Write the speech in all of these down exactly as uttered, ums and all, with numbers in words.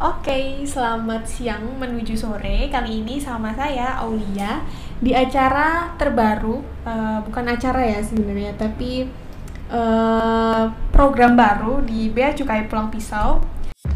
Oke, selamat siang menuju sore. Kali ini sama saya Aulia di acara terbaru, uh, bukan acara ya sebenarnya, tapi uh, program baru di Bea Cukai Pulang Pisau.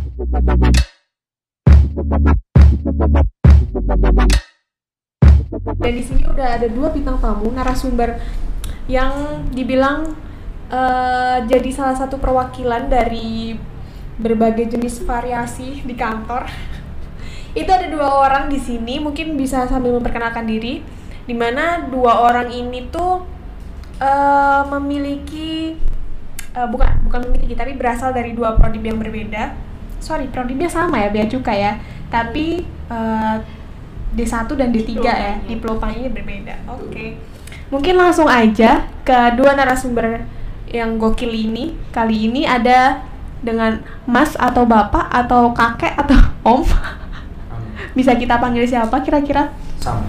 Dan di sini udah ada dua bintang tamu narasumber yang dibilang uh, jadi salah satu perwakilan dari berbagai jenis variasi di kantor. Itu ada dua orang di sini, mungkin bisa sambil memperkenalkan diri. Dimana dua orang ini tuh uh, memiliki uh, bukan bukan memiliki tapi berasal dari dua prodi yang berbeda. Sorry, prodibnya sama ya, Bea Cukai ya. Tapi uh, D satu dan D tiga ya, diplomanya berbeda. Oke. Okay. Mungkin langsung aja ke dua narasumber yang gokil ini. Kali ini ada dengan Mas atau Bapak atau Kakek atau Om. Bisa kita panggil siapa kira-kira? Sam.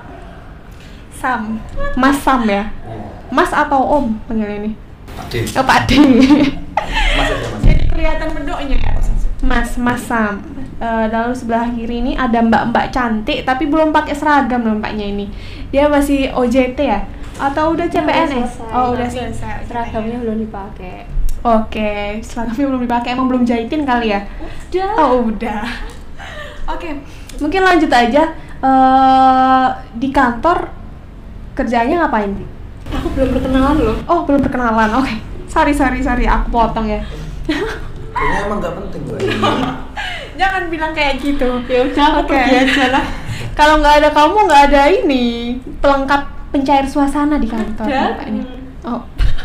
Sam. Mas Sam ya? Mas atau Om panggil ini? Pak D. Oh, Pak D. Mas aja, Mas. Jadi kelihatan bedoknya ya. Mas, Mas Sam. Uh, dalam sebelah kiri ini ada mbak-mbak cantik tapi belum pakai seragam loh mbaknya ini. Dia masih O J T ya? Atau udah C P N S? Oh, udah selesai. Seragamnya belum dipakai. Oke, seragamnya belum dipakai, emang belum jahitin kali ya? Udah. Oh, udah. Oke, mungkin lanjut aja. Uh, di kantor kerjanya ngapain? Aku belum perkenalan loh. Oh, belum perkenalan. Oke. Sorry, sorry, sorry. Aku potong ya. Kayaknya emang gak penting gue. Jangan bilang kayak gitu. Ya udah, aku Oke. pergi aja lah. Kalau nggak ada kamu, nggak ada ini pelengkap pencair suasana di kantor. Ada. Ini. Oh.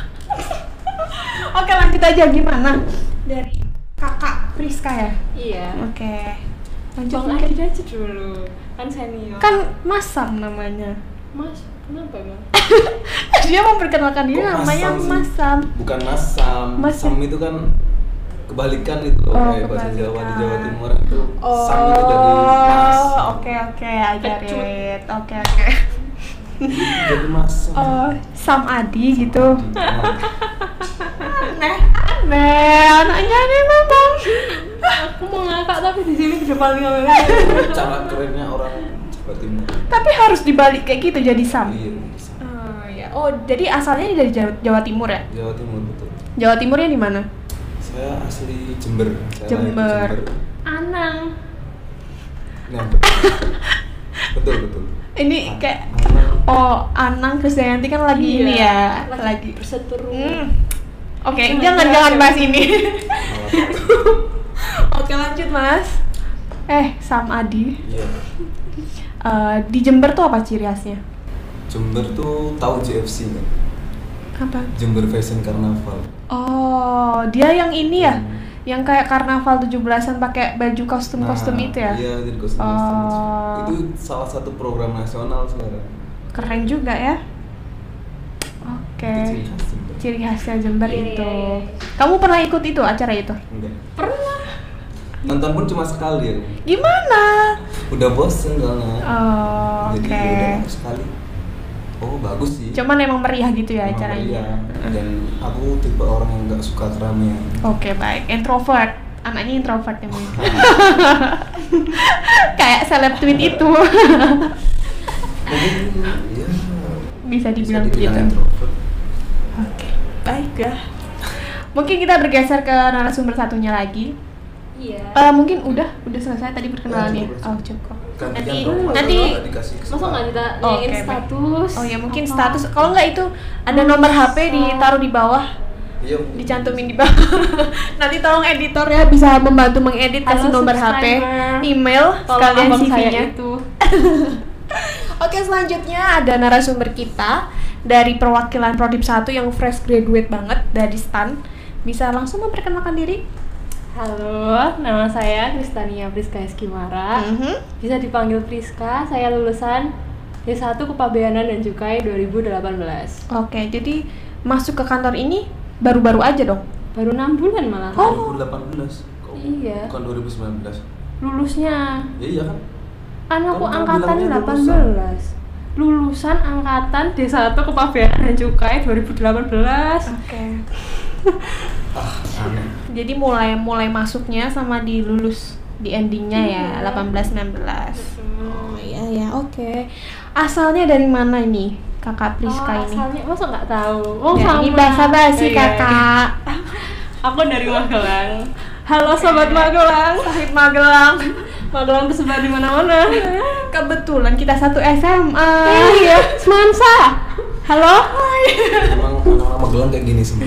Oke, lanjut aja gimana? Dari kakak Priska ya? Iya. Oke. Lanjut Bang mungkin. Adit aja dulu. Kan senior. Kan Mas Sam namanya. Mas, kenapa Bang? Dia memperkenalkan diri Kok Mas namanya Sam sih? Mas Sam. Bukan Mas Sam. Mas- Sam itu kan kebalikan itu loh, Oh, kayak bahasa Jawa di Jawa kebalikan. Timur itu Sam itu dari Mas. Oh, oke oke, I get Pecut. it. Oke oke. Jadi Mas Sam. Oh, Sam Adi gitu. Nah, Aneh, aneh, anaknya aneh memang. Aku mau ngakak tapi di sini di depan kamera. cara kerennya orang Jawa Timur. Tapi harus dibalik kayak gitu jadi Sam. Iya, Sam. Oh ya. Oh, jadi asalnya dari Jawa, Jawa Timur ya? Jawa Timur betul. Jawa Timurnya di mana? Saya asli Jember. Saya Jember. lahir di Jember. Anang. Nah, betul. betul betul. Ini Ah, kayak Anang. oh, Anang Krisdayanti kan lagi Iya, ini ya, lagi, lagi. berseteru. Hmm. Oke, Jangan jangan jangan bahas bahas yang ini. Malah. Oke, lanjut Mas. Eh, Sam Adi. Iya. Eh, di Jember tuh apa ciri khasnya? Jember tuh tahu J F C kan? Apa? Jember Fashion Carnaval. Oh, dia yang ini ya? Hmm. Yang kayak karnaval tujuh belasan pakai baju kostum-kostum Nah, itu ya? Iya, jadi kostum-kostum. Oh. Itu salah satu program nasional sekarang. Keren juga ya. Oke. Itu ciri khas Jember. Ciri khasnya Jember Iya, itu. iya, iya. Kamu pernah ikut itu acara itu? Enggak. Pernah. Nonton pun cuma sekali ya. Gimana? Udah bosen soalnya. Oh, Jadi oke. udah sekali. Oh, bagus sih. Cuman emang meriah gitu ya Emang acaranya. iya. Dan aku tipe orang yang nggak suka keramaian. Oke, baik. Introvert. Anaknya introvert emang. Kayak seleb tweet itu. Mungkin ya Bisa dibilang bisa dibilang begitu. introvert. Oke, baiklah. Mungkin kita bergeser ke narasumber satunya lagi. Iya. Eh, mungkin udah udah selesai tadi perkenalannya. Oh, cukup, Oh, cukup. cukup. Gantian Nanti dong, Mas. nanti Nggak dikasih Masa kesempatan. nggak Oh, ditanyain oke, baik. status? Oh ya mungkin Apa? status. Kalau nggak itu ada nomor H P ditaruh di bawah, Iya, dicantumin di bawah. Nanti tolong editor ya bisa membantu mengedit, kasih Halo, nomor H P, subscriber. email, Tolong sekalian abang C saya V-nya. itu. Oke, selanjutnya ada narasumber kita dari perwakilan Prodip satu yang fresh graduate banget dari STAN. Bisa langsung memperkenalkan diri? Halo, nama saya Kristania Priska Eskimara. Mhm. Bisa dipanggil Priska. Saya lulusan D satu Kepabeanan dan Cukai dua ribu delapan belas. Oke, jadi masuk ke kantor ini baru-baru aja dong? Baru enam bulan malah. Oh. dua ribu delapan belas. Kok Iya. Bukan dua ribu sembilan belas. Lulusnya. Ya iya kan? Kan aku Kamu angkatan bilangnya delapan lulusan. belas. Lulusan angkatan D satu Kepabeanan dan Cukai dua ribu delapan belas. Oke. Ah, aneh. Jadi mulai mulai masuknya sama di lulus di endingnya ya, delapan belas sembilan belas. Oh iya ya, oke. Asalnya dari mana ini Kakak Priska Oh, ini? asalnya masa nggak tahu. Oh, Ya, sama. ini bahasa basi Oh, iya. Kakak. Aku dari Magelang. Halo sobat Magelang, sahib Magelang. Magelang tersebar di mana-mana. Kebetulan kita satu S M A. Iya, Semansa. Halo. Emang anak-anak Magelang kayak gini semua.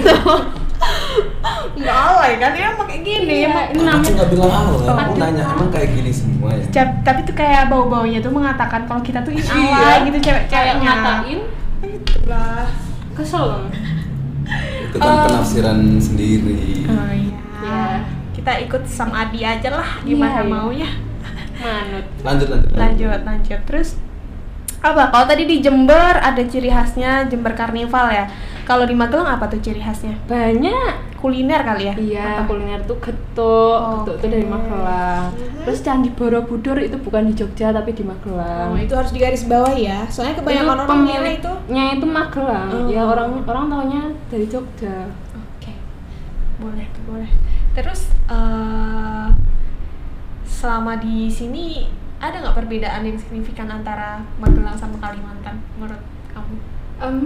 Enggak alay kan ya, emang kayak gini. Iya, Emang ini Aku namanya nggak bilang alay, aku Aduh. nanya emang kayak gini semua ya. Cap- tapi tuh kayak bau-baunya tuh mengatakan kalau kita tuh ini Iya. alay gitu kayak cewek-ceweknya. ngatain. Itulah. Kesel banget. Itu kan Eh. penafsiran sendiri. Oh iya. Iya. Kita ikut sama Adi aja lah gimana Iya, iya. maunya. Manut. Lanjut lanjut. Lanjut, lanjut. Terus apa? Kalau tadi di Jember ada ciri khasnya Jember Karnival ya. Kalau di Magelang apa tuh ciri khasnya? Banyak. Kuliner kali ya? Iya, Apa? kuliner tuh getuk, Oh, getuk oke. tuh dari Magelang. Mhm. Terus Candi Borobudur itu bukan di Jogja tapi di Magelang. Oh, itu harus digaris bawahi ya. Soalnya kebanyakan itu orang nilai itu. pemiliknya itu Magelang. Oh. Ya orang orang taunya dari Jogja. Oke. Boleh, tuh, boleh. Terus eh selama di sini ada nggak perbedaan yang signifikan antara Magelang sama Kalimantan menurut kamu? Em,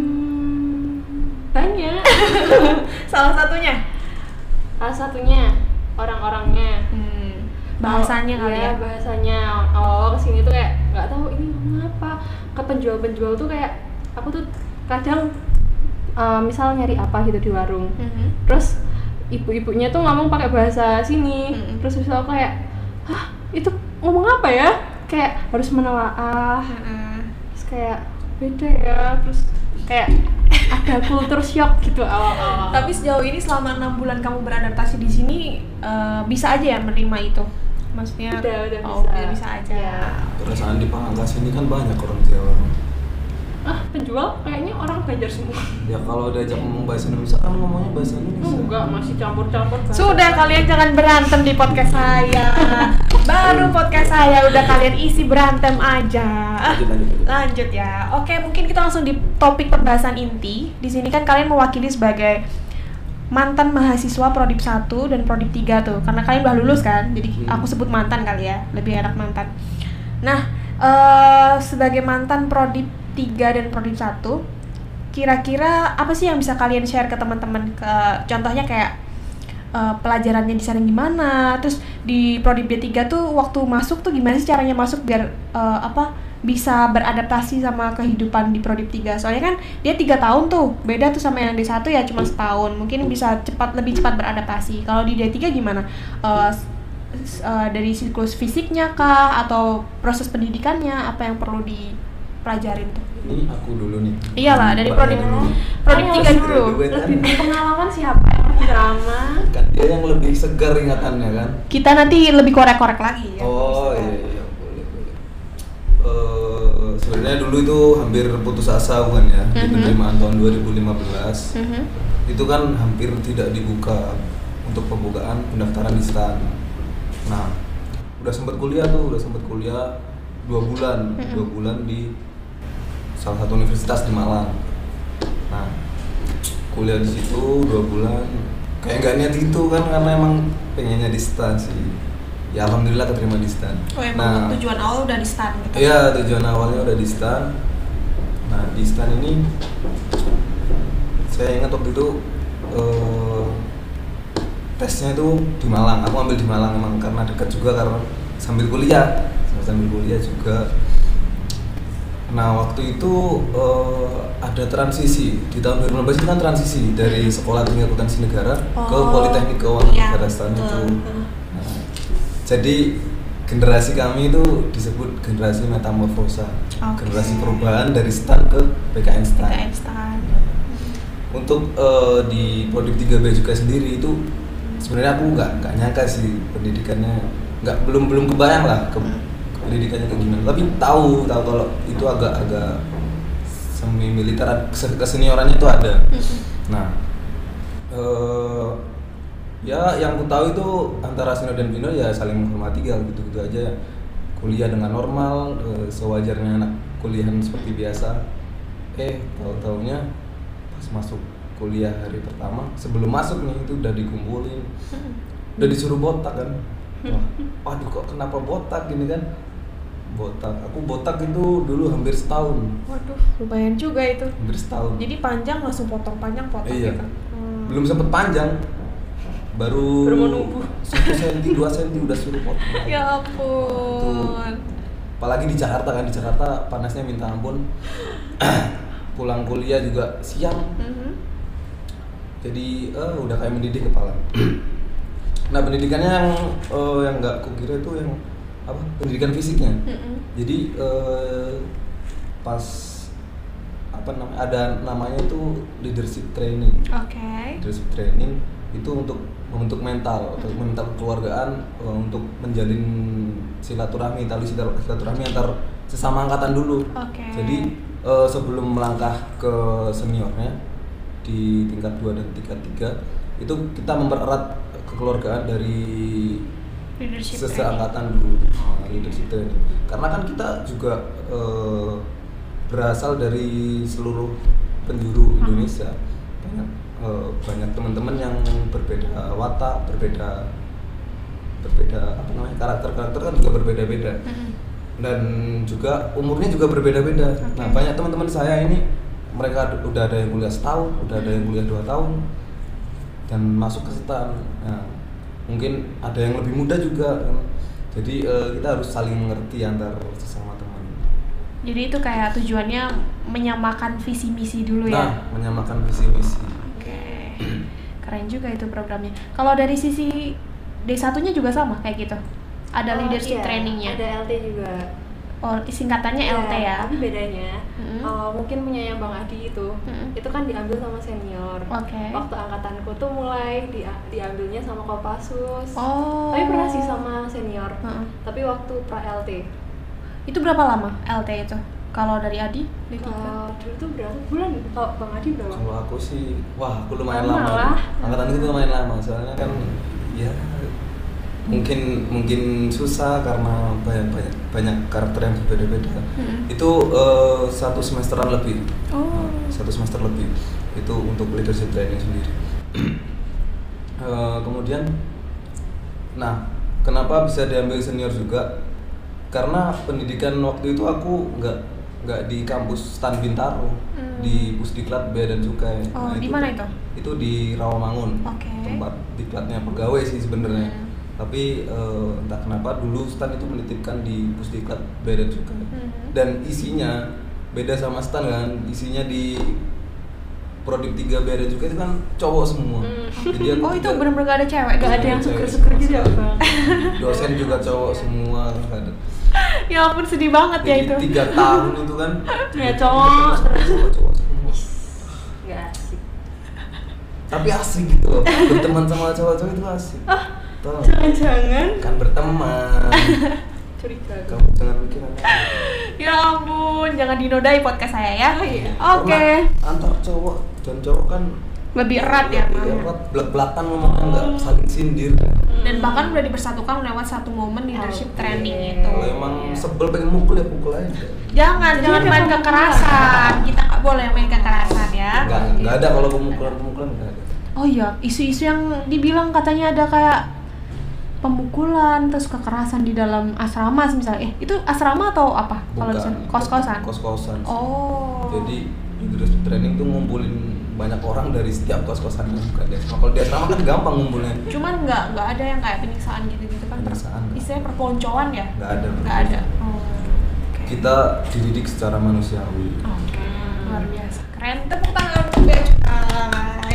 banyak. Salah satunya? Salah satunya orang-orangnya. Hmm, bahasanya Oh, kali iya, ya. bahasanya. Oh, kesini tuh kayak nggak tahu ini ngomong apa. Ke penjual-penjual tuh kayak aku tuh kadang eh, misal nyari apa gitu di warung. Mhm. Terus ibu-ibunya tuh ngomong pakai bahasa sini. Mm-mm. Terus bisa aku kayak, hah itu ngomong apa ya? Kayak harus menelaah. Heeh. Terus kayak beda ya. Terus kayak ada kultur shock gitu awal-awal. Tapi sejauh ini selama enam bulan kamu beradaptasi di sini eh, bisa aja ya menerima itu? Maksudnya Udah, udah oh, bisa. udah bisa aja. Iya. Perasaan di Pamekasan ini kan banyak orang Jawa. Ah, penjual kayaknya orang Banjar semua. Ya kalau diajak ngomong bahasa Indonesia kan ngomongnya bahasa Indonesia. Enggak, masih campur-campur bahasa. Sudah, kalian jangan berantem di podcast saya. Baru podcast saya udah kalian isi berantem aja. Ah, Lanjut lanjut. lanjut. lanjut ya. Oke, mungkin kita langsung di topik pembahasan inti. Di sini kan kalian mewakili sebagai mantan mahasiswa Prodip satu dan Prodip tiga tuh. Karena kalian udah lulus kan. Jadi Hmm. aku sebut mantan kali ya, lebih enak mantan. Nah, eh sebagai mantan Prodip tiga dan Prodip satu, kira-kira apa sih yang bisa kalian share ke teman-teman? Ke contohnya kayak eh, pelajarannya di sana gimana, terus di Prodip D tiga tuh waktu masuk tuh gimana sih caranya masuk biar eh, apa bisa beradaptasi sama kehidupan di Prodip tiga. Soalnya kan dia tiga tahun tuh, beda tuh sama yang D satu ya cuma setahun. Mungkin bisa cepat lebih cepat beradaptasi. Kalau di D tiga gimana? Eh, s- eh, dari siklus fisiknya kah atau proses pendidikannya apa yang perlu dipelajarin tuh? Ini aku dulu nih. Iyalah, dari Mbak Prodip dulu. Prodip Ayo, tiga dulu. Graduate kan. Lebih berpengalaman siapa yang lebih drama? Kan dia yang lebih segar ingatannya kan. Kita nanti lebih korek-korek lagi ya. Oh iya iya boleh boleh. Eh, sebenarnya dulu itu hampir putus asa bukan ya di Mhm. penerimaan tahun dua ribu lima belas. Mhm. Itu kan hampir tidak dibuka untuk pembukaan pendaftaran di STAN. Nah, udah sempat kuliah tuh, udah sempat kuliah dua bulan, Mhm. dua bulan di salah satu universitas di Malang. Nah, kuliah di situ dua bulan, kayak nggak niat itu kan karena emang pengennya di STAN sih. Ya alhamdulillah keterima di STAN. Oh, emang Nah, tujuan awal udah di STAN gitu. iya tujuan awalnya udah di STAN. Nah di STAN ini saya ingat waktu itu eh, tesnya itu di Malang. Aku ambil di Malang emang karena dekat juga karena sambil kuliah, sambil kuliah juga. Nah waktu itu eh, ada transisi di tahun dua ribu lima belas itu kan transisi dari Sekolah Tinggi Akuntansi Negara ke Oh, Politeknik Keuangan iya, Negara STAN itu. betul. Nah, jadi generasi kami itu disebut generasi metamorfosa, Oke. generasi perubahan dari STAN ke P K N STAN. P K N STAN. Untuk eh, di Prodip tiga B juga sendiri itu sebenarnya aku nggak nggak nyangka sih pendidikannya nggak belum belum kebayang lah ke, ke pendidikannya kayak gimana. Tapi tahu tahu kalau itu agak-agak semi militer, kes- keseniorannya itu ada. Mhm. Nah, eh, ya yang ku tahu itu antara senior dan junior ya saling menghormati ya gitu-gitu aja. Kuliah dengan normal, eh, sewajarnya anak kuliahan seperti biasa. Eh, tahu-taunya pas masuk kuliah hari pertama, sebelum masuk nih itu udah dikumpulin, Mhm. udah disuruh botak kan. Wah, waduh kok kenapa botak gini kan? Botak, aku botak itu dulu hampir setahun. Waduh, lumayan juga itu. Hampir setahun. Jadi panjang langsung potong, panjang potong Iya. gitu. Hmm. Belum sempet panjang. Baru Baru mau numbuh. satu senti, dua senti udah suruh potong. Ya ampun. Apalagi di Jakarta kan, di Jakarta panasnya minta ampun. Pulang kuliah juga siang. Mhm. Jadi eh, udah kayak mendidih kepala. Nah, pendidikannya yang eh, yang nggak kukira itu yang apa? Pendidikan fisiknya. Mhm. Jadi eh, pas apa namanya ada namanya itu leadership training. Oke. Leadership training itu untuk membentuk mental, untuk mental kekeluargaan, eh, untuk menjalin silaturahmi, tali silatur- silaturahmi antar sesama angkatan dulu. Oke. Jadi eh, sebelum melangkah ke seniornya di tingkat dua dan tingkat tiga itu kita mempererat kekeluargaan dari Leadership training. seseangkatan dulu, uh, leadership training. Karena kan kita juga uh, berasal dari seluruh penjuru Indonesia, banyak uh, banyak teman-teman yang berbeda watak, berbeda berbeda apa namanya karakter-karakter kan juga berbeda-beda, Mhm. dan juga umurnya juga berbeda-beda. Oke. Nah, banyak teman-teman saya ini mereka ad- udah ada yang kuliah setahun, udah ada yang kuliah dua tahun, dan masuk ke setan. Nah, mungkin ada yang lebih muda juga kan. Jadi eh, kita harus saling mengerti antar sesama teman. Jadi itu kayak tujuannya menyamakan visi misi dulu ya. Nah, menyamakan visi misi. Oke. Keren juga itu programnya. Kalau dari sisi D satu-nya juga sama kayak gitu. Ada Oh, leadership iya, trainingnya. Ada L T juga. Oh, singkatannya Iya, L T ya. Tapi bedanya, Mm-mm. uh, mungkin punya yang Bang Adi itu, Mm-mm. itu kan diambil sama senior. Oke. Waktu angkatanku tuh mulai di, diambilnya sama Kopassus. Oh. Tapi pernah sih sama senior. Heeh. Tapi waktu pra L T. Itu berapa lama L T itu? Kalau dari Adi? D tiga? Uh, dulu tuh berapa bulan? Kalau Bang Adi berapa? Kalau aku sih, wah aku lumayan Lama lama. lah. Angkatan itu lumayan lama, soalnya kan ya mungkin mungkin susah karena banyak banyak banyak karakter yang berbeda-beda. Mm-mm. Itu eh, satu semesteran lebih. Oh. Nah, satu semester lebih itu untuk leadership training sendiri. Eh, kemudian, nah kenapa bisa diambil senior juga? Karena pendidikan waktu itu aku nggak nggak di kampus Stan Bintaro, Hmm. di Pusdiklat Bea dan Cukai. Oh, Nah, di mana itu? Itu di Rawamangun, Oke. tempat diklatnya pegawai sih sebenarnya. Hmm. Tapi eh, entah kenapa dulu Stan itu menitipkan di Pusdiklat Bea dan Cukai. Hmm. Dan isinya beda sama Stan kan, isinya di Prodik tiga Bea dan Cukai itu kan cowok semua. Hmm. Jadi aku Oh, itu tidak- benar-benar gak ada cewek? Gak ada yang cewek suker-suker sama gitu ya, sekali. Bang? Dosen juga cowok semua, nggak ada. Ya ampun, sedih banget ya Jadi itu. tiga tahun itu kan Ya, cowok. cowok cowok semua. Gak asik. Tapi asik gitu loh, berteman sama cowok-cowok itu asik. Tahu? Jangan-jangan Kan berteman. curiga. Kamu jangan mikir aneh. Ya ampun, jangan dinodai podcast saya ya. Oh, iya. Oke. Karena antar cowok dan cowok kan Lebih erat ya, lebih Mang. erat, belak-belakan ngomongnya nggak saling sindir. Dan bahkan udah dipersatukan lewat satu momen leadership Oh, training iya. itu. Kalau emang Iya. sebel pengen mukul ya pukul aja. Jangan, Jadi jangan ada main pemukulan. kekerasan. Kita nggak boleh main kekerasan ya. Nggak, nggak ada kalau pemukulan-pemukulan nggak ada. Oh iya, isu-isu yang dibilang katanya ada kayak pemukulan terus kekerasan di dalam asrama misalnya. Eh, itu asrama atau apa? Kalau di Bukan. sana kos-kosan. Kos-kosan. Oh. Jadi leadership training tuh ngumpulin banyak orang dari setiap kos-kosan yang bukan di asrama. Kalau di asrama kan gampang ngumpulnya. Cuman nggak nggak ada yang kayak penyiksaan gitu-gitu kan? Penyiksaan. Istilahnya perpeloncoan ya? Nggak ada. Nggak ada. Oh. Oke. Kita dididik secara manusiawi. Oke, luar biasa. Keren. Tepuk tangan untuk Bea Cukai.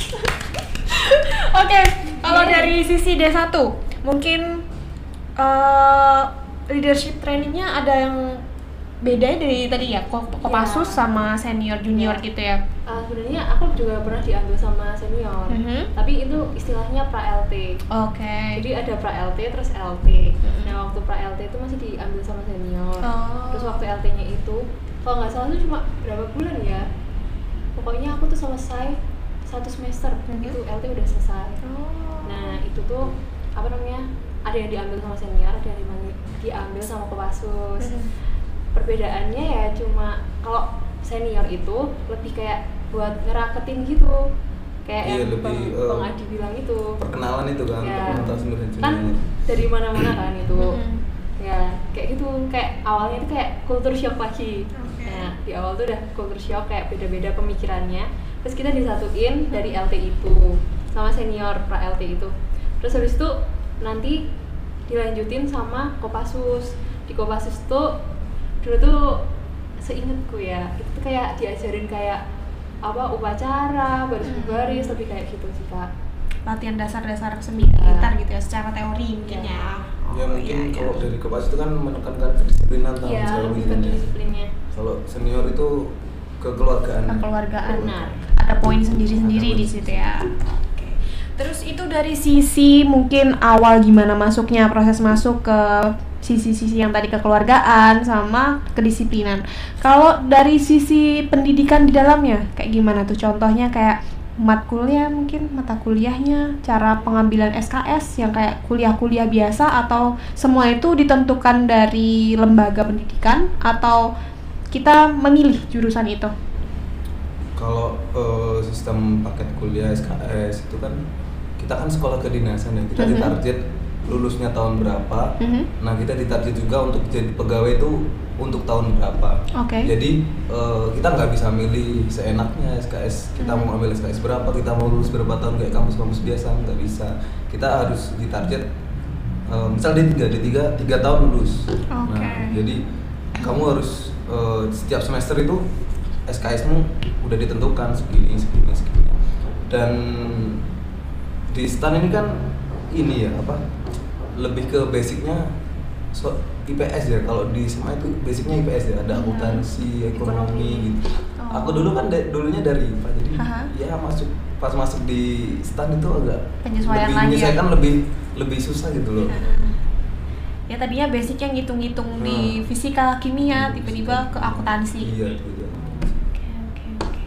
Oke, kalau dari sisi D satu, mungkin eh, leadership trainingnya ada yang beda dari tadi ya, Kop- Kopassus Iya. sama senior junior Iya. gitu ya. Uh, sebenarnya aku juga pernah diambil sama senior, Mhm. tapi itu istilahnya pra L T. Oke. Jadi ada pra L T terus L T. Mhm. Nah waktu pra L T itu masih diambil sama senior. Oh. Terus waktu L T-nya itu, kalau nggak salah itu cuma berapa bulan ya? Pokoknya aku tuh selesai satu semester, Mhm. itu L T udah selesai. Oh. Nah itu tuh apa namanya? Ada yang diambil sama senior, ada yang dimang- diambil sama Kopassus. Mhm. Perbedaannya ya cuma kalau senior itu lebih kayak buat ngeraketin gitu, kayak Iya, yang lebih, bang, eh, bang Adi bilang itu perkenalan itu kan, ya, untuk mengetahui sumber dan kan sumbernya. dari mana-mana kan itu Mhm. ya kayak gitu, kayak awalnya itu kayak culture shock lagi. Oke. Nah di awal tuh udah culture shock, kayak beda-beda pemikirannya, terus kita disatuin dari L T itu sama senior pra L T itu, terus habis itu nanti dilanjutin sama Kopassus. Di Kopassus tuh dulu tuh seingetku ya, itu tuh kayak diajarin kayak apa upacara, baris baris, lebih kayak gitu sih kak. Latihan dasar-dasar semi militer gitu ya, secara teori mungkin ya. Ya Oh, mungkin iya, kalau iya. dari Kopassus itu kan menekankan kedisiplinan tanggung Iya, jawab lebih gitu ke kan ya. disiplinnya. Kalau senior itu kekeluargaan. Kekeluargaan. Benar. Ada poin sendiri-sendiri Ada di poin situ ya. Oke. Terus itu dari sisi mungkin awal gimana masuknya, proses masuk ke sisi-sisi yang tadi kekeluargaan sama kedisiplinan. Kalau dari sisi pendidikan di dalamnya kayak gimana tuh? Contohnya kayak matkul ya, mungkin mata kuliahnya, cara pengambilan S K S yang kayak kuliah-kuliah biasa, atau semua itu ditentukan dari lembaga pendidikan atau kita memilih jurusan itu? Kalau eh, sistem paket kuliah S K S itu kan kita kan sekolah kedinasan ya, kita Mhm. ditarget lulusnya tahun berapa. Mhm. Nah kita ditarget juga untuk jadi pegawai itu untuk tahun berapa. Oke. Jadi eh, kita nggak bisa milih seenaknya S K S. Kita Mhm. mau ambil S K S berapa, kita mau lulus berapa tahun kayak kampus-kampus biasa, nggak bisa. Kita harus ditarget. eh, misal D tiga, D tiga tiga tahun lulus. Oke. Nah jadi kamu harus eh, setiap semester itu S K S-mu udah ditentukan segini, segini, segini. Dan di STAN ini kan ini ya apa? Lebih ke basicnya so, I P S ya. Kalau di S M A itu basicnya I P S ya, ada akuntansi, ekonomi, Ekonomi. gitu. Oh. Aku dulu kan da- dulunya dari I P A, jadi Aha. ya masuk pas masuk di STAN itu agak Penyesuaian lebih lagi ya. menyesuaikan, lebih lebih susah gitu loh. Ya tadinya basicnya ngitung-ngitung di Hmm. fisika, kimia, tiba-tiba ke akuntansi. Iya, gitu. Oke, oke, oke.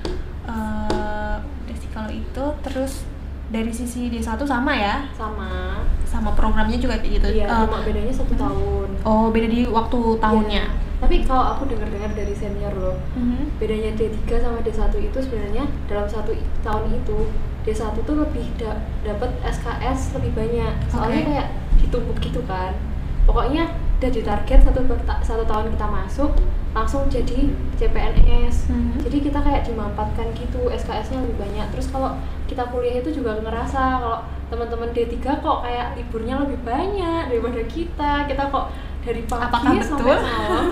Eh, udah sih kalau itu. Terus dari sisi D satu sama ya, Sama. sama programnya juga kayak gitu. Iya, Eh, cuma bedanya satu tahun. oh, beda di waktu tahunnya. Iya. Tapi kalau aku dengar-dengar dari senior loh, Mhm. bedanya D tiga sama D satu itu sebenarnya dalam satu i- tahun itu D satu tuh lebih da- dapat S K S lebih banyak. Soalnya Oke. kayak ditumpuk gitu kan. Pokoknya udah ditarget satu per- satu tahun kita masuk langsung jadi C P N S. Mhm. Jadi kita kayak dimampatkan gitu, S K S-nya lebih banyak. Terus kalau kita kuliah itu juga ngerasa kalau teman-teman D tiga kok kayak liburnya lebih banyak daripada kita. Kita kok dari pagi Apakah sampai betul? malam.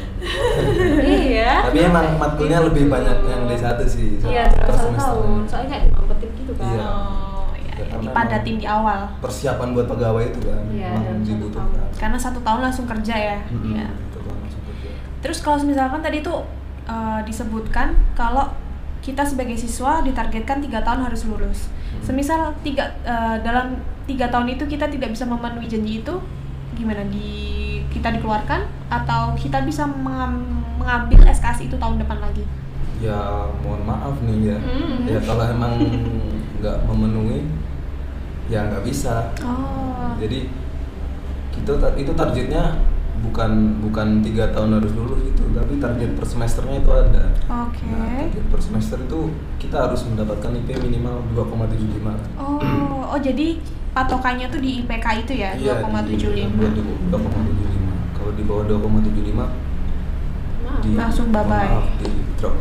Iya. Tapi emang Kayak matkulnya gitu. lebih banyak yang D satu sih. Iya, per satu semester. tahun. Soalnya kayak dimampetin gitu kan. Iya. Oh, ya, Ya, ya, karena dipadatin di awal. Persiapan buat pegawai itu kan Iya, emang dalam satu dibutuhkan. Karena satu tahun langsung kerja ya. Mm-mm, Iya. gitu kan, langsung kerja. Terus kalau misalkan tadi tuh uh, disebutkan kalau kita sebagai siswa ditargetkan tiga tahun harus lulus. Semisal tiga uh, dalam tiga tahun itu kita tidak bisa memenuhi janji itu, gimana? Di kita dikeluarkan atau kita bisa mengam- mengambil S K S itu tahun depan lagi? Ya mohon maaf nih ya. Hmm. Ya kalau emang nggak memenuhi ya nggak bisa. Oh. Jadi kita ta- itu targetnya bukan bukan tiga tahun harus lulus gitu, tapi target per semesternya itu ada. Oke. Nah, target per semester itu kita harus mendapatkan I P minimal dua koma tujuh lima. Oh, oh jadi patokannya tuh di I P K itu ya, Iya, dua koma tujuh lima. dua koma tujuh lima. Kalau di bawah dua koma tujuh lima Maaf. di Langsung bye-bye. maaf, di drop.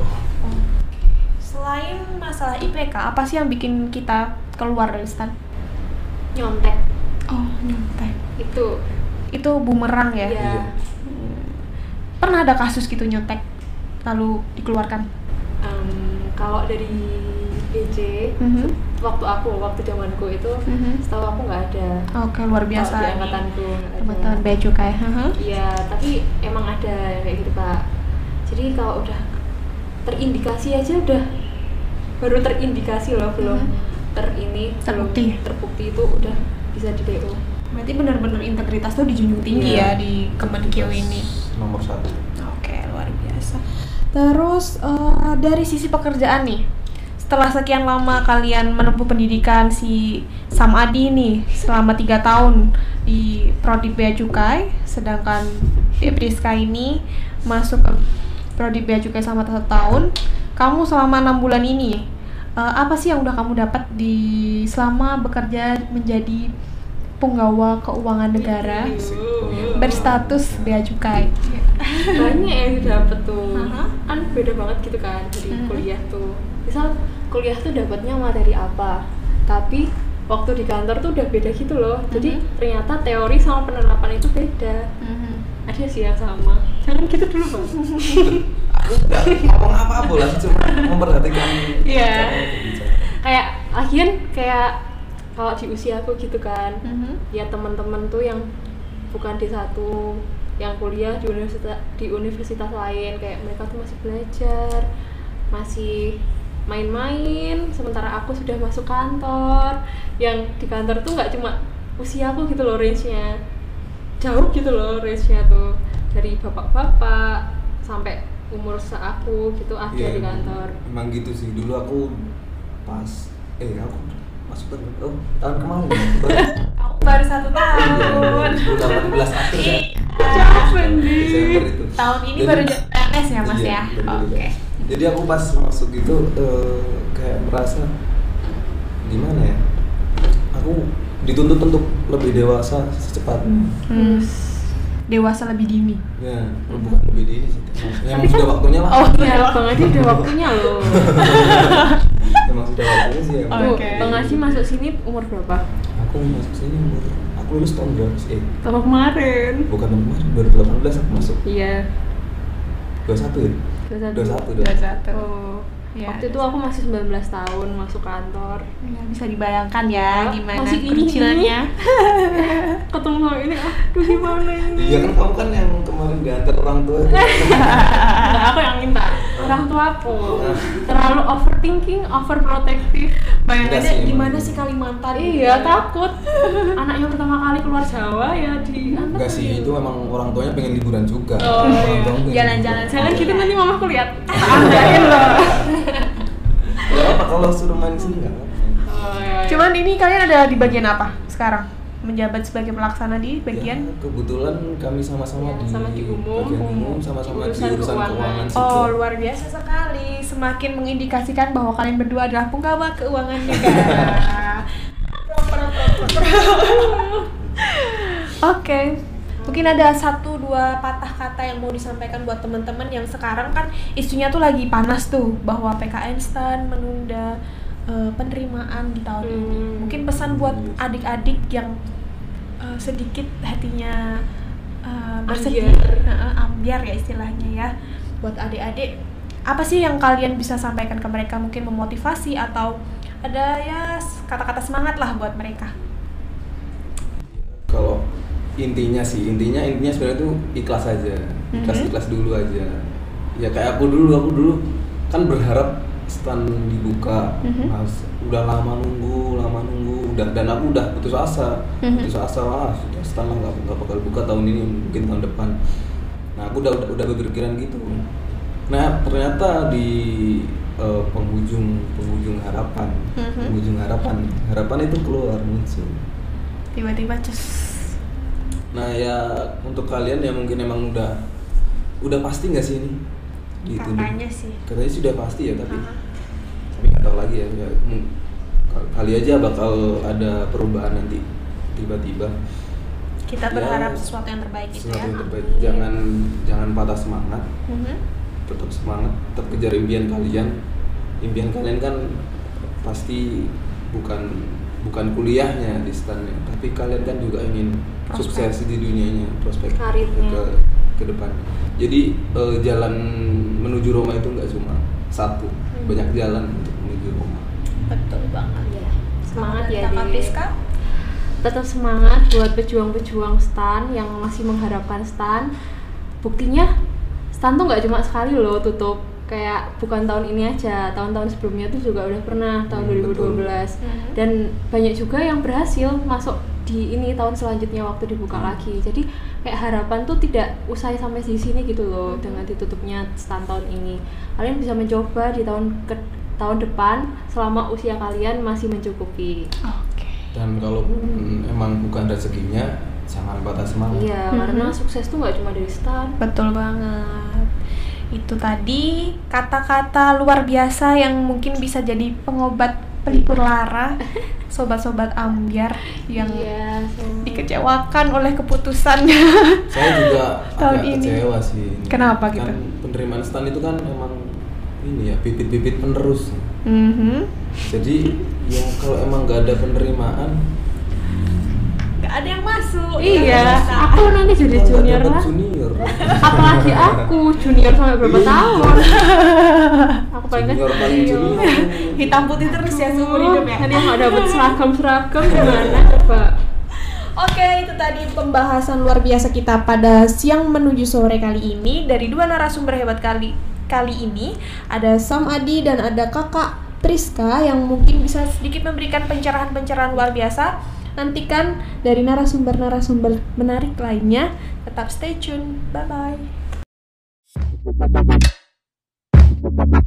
Selain masalah I P K, apa sih yang bikin kita keluar dari STAN? Nyontek Oh, nyontek. itu. Itu bumerang ya? Iya. Pernah ada kasus gitu nyontek lalu dikeluarkan? Em, kalau dari B J Mhm. waktu aku waktu zamanku itu Mhm. setahu aku nggak ada. Oke, luar biasa. Kalau di nih. angkatanku nggak ada. Teman-teman bea cukai. Haha. Iya, tapi emang ada yang kayak gitu Pak. Jadi kalau udah terindikasi aja udah baru terindikasi loh, belum Mhm. ter ini Terbukti. belum terbukti itu udah bisa di D O. Berarti benar-benar integritas tuh dijunjung tinggi Iya. ya di Kemenkeu ini. Nomor satu. Oke, luar biasa. Terus eh, dari sisi pekerjaan nih, setelah sekian lama kalian menempuh pendidikan si Samadi nih selama tiga tahun di Prodi Bea Cukai, sedangkan Dek Priska ini masuk ke Prodi Bea Cukai selama satu tahun, kamu selama enam bulan ini uh, apa sih yang udah kamu dapat di selama bekerja menjadi penggawa keuangan negara berstatus bea cukai? Banyak yang dapet tuh. Uh-huh. Kan beda banget gitu kan dari Uh-huh. kuliah tuh. Misal kuliah tuh dapatnya materi apa, tapi waktu di kantor tuh udah beda gitu loh. Jadi Uh-huh. ternyata teori sama penerapan itu beda. Mhm. Ada sih yang sama. Jangan gitu dulu bang. Aku nggak ngomong apa-apa lah, cuma memperhatikan Iya. cara berbicara. Kayak lagian kayak kalau di usia aku gitu kan, Mhm. ya teman-teman tuh yang bukan di satu, yang kuliah di universitas di universitas lain, kayak mereka tuh masih belajar, masih main-main, sementara aku sudah masuk kantor. Yang di kantor tuh nggak cuma usia aku gitu loh, range-nya jauh gitu loh, range-nya tuh dari bapak-bapak sampai umur seaku gitu ada Iya, di kantor. emang gitu sih. Dulu aku pas eh aku masuk baru oh, tahun kemarin baru Aku baru satu tahun. dua ribu delapan belas akhir ya. Capek nih. Desember itu. Tahun ini Jadi- baru jadi P N S ya mas Iya, ya? baru Oke. jadi. Jadi aku pas masuk itu eh, kayak merasa gimana ya? Aku dituntut untuk lebih dewasa secepatnya. Hmm. Dewasa lebih dini. Ya, bukan lebih dini sih. Emang sudah waktunya lah. Oh, Ya, Bang Adi udah waktunya loh. Emang sudah waktunya sih ya. Tuh, Oke. Bang Adi masuk sini umur berapa? Aku masuk sini umur aku lulus tahun berapa sih? Eh, Tahun kemarin. bukan tahun kemarin, dua ribu delapan belas aku masuk. Iya. dua puluh satu ya? dua puluh satu. dua puluh satu. Dua satu. Oh. Ya, Waktu itu aku masih sembilan belas tahun masuk kantor. Ya, bisa dibayangkan ya Ya, gimana masih ini, kecilnya. Ketemu sama ini, aduh gimana ini? Iya kan kamu kan yang kemarin diantar orang tua. Nah, aku yang minta. Orang tua aku terlalu overthinking, overprotective. Bayangin Enggak aja sih, gimana emang. sih Kalimantan? Iya, takut. Anak yang pertama kali keluar Jawa ya di Enggak sih, itu memang orang tuanya pengen liburan juga. Oh, Orang iya. tua pengen Jalan-jalan liburan. Jangan gitu nanti mamaku lihat. Anggain loh. Gak apa kalau suruh main sini nggak apa. Oh, iya, iya. Cuman ini kalian ada di bagian apa sekarang? Menjabat sebagai pelaksana di bagian? Ya, kebetulan kami sama-sama Ya, di, sama di umum, bagian umum, umum. sama-sama di Urusan urusan keuangan. keuangan. situ. Oh, luar biasa sekali. Semakin mengindikasikan bahwa kalian berdua adalah penggawa keuangan negara. Oke. Mungkin ada satu dua patah kata yang mau disampaikan buat teman-teman yang sekarang kan isunya tuh lagi panas tuh bahwa P K N STAN menunda eh, penerimaan di tahun ini. Hmm. Mungkin pesan buat adik-adik yang eh, sedikit hatinya eh, bersedih, Ambiar. eh, ambiar ya istilahnya ya. Buat adik-adik, apa sih yang kalian bisa sampaikan ke mereka? Mungkin memotivasi atau ada ya kata-kata semangat lah buat mereka. Kalau intinya sih, intinya intinya sebenarnya tuh ikhlas aja, ikhlas Mhm. ikhlas dulu aja. Ya kayak aku dulu, aku dulu kan berharap stan dibuka, Mhm. Mas, udah lama nunggu, lama nunggu, udah dan aku udah putus asa, Mhm. putus asa lah, sudah stan lah nggak nggak bakal buka tahun ini, mungkin tahun depan. Nah aku udah udah, udah berpikiran gitu. Nah ternyata di eh, penghujung penghujung harapan, Mhm. penghujung harapan, harapan itu keluar muncul. Tiba-tiba cus. Nah ya untuk kalian yang mungkin emang udah udah pasti nggak sih ini ditunda? Katanya sih. Katanya sudah pasti ya tapi Aha. tapi nggak tahu lagi ya, ya mung- kali aja bakal ada perubahan nanti tiba-tiba. Kita Ya, berharap sesuatu yang terbaik itu Sesuatu ya. yang terbaik. Jangan jangan patah semangat, Mhm. tetap semangat, tetap kejar impian kalian. Impian kalian kan pasti bukan bukan kuliahnya di STAN-nya, tapi kalian kan juga ingin Prospek. sukses di dunianya, prospek Karirnya. ke ke depan. Jadi eh, jalan menuju Roma itu nggak cuma satu, Hmm. banyak jalan untuk menuju Roma. Betul banget. Iya. Semangat ya, Kakak Dek. Priska. Tetap semangat buat pejuang-pejuang STAN yang masih mengharapkan STAN. Buktinya STAN tuh nggak cuma sekali loh tutup, kayak bukan tahun ini aja, tahun-tahun sebelumnya tuh juga udah pernah tahun Hmm, dua ribu dua belas. Mhm. Dan banyak juga yang berhasil masuk di ini tahun selanjutnya waktu dibuka Hmm. lagi. Jadi kayak harapan tuh tidak usai sampai di sini gitu loh Mhm. dengan ditutupnya STAN tahun ini. Kalian bisa mencoba di tahun ke tahun depan selama usia kalian masih mencukupi. Oke. Dan kalaupun emang bukan rezekinya, jangan patah semangat. Iya, Mhm. karena sukses tuh nggak cuma dari STAN. Betul banget. Itu tadi kata-kata luar biasa yang mungkin bisa jadi pengobat pelipur lara sobat-sobat ambiar yang Iya, so- dikecewakan oleh keputusannya. Saya juga Tahun agak ini. kecewa sih. Kenapa Kan gitu? penerimaan stan itu kan emang ini ya bibit-bibit penerus. Mhm. Jadi ya kalau emang nggak ada penerimaan, Gak ada yang masuk. Iya, aku nanti jadi nggak junior dapat lah. junior. Apalagi aku junior sampai berapa Iya. tahun? Aku paling Junior paling kecil. junior. Hitam putih terus ya seumur hidup ya. Kan yang nggak dapat seragam-seragam gimana coba? Oke, itu tadi pembahasan luar biasa kita pada siang menuju sore kali ini dari dua narasumber hebat kali kali ini. Ada Sam Adi dan ada Kakak Priska yang mungkin bisa sedikit memberikan pencerahan-pencerahan luar biasa. Nantikan dari narasumber-narasumber menarik lainnya. Tetap stay tune. Bye-bye.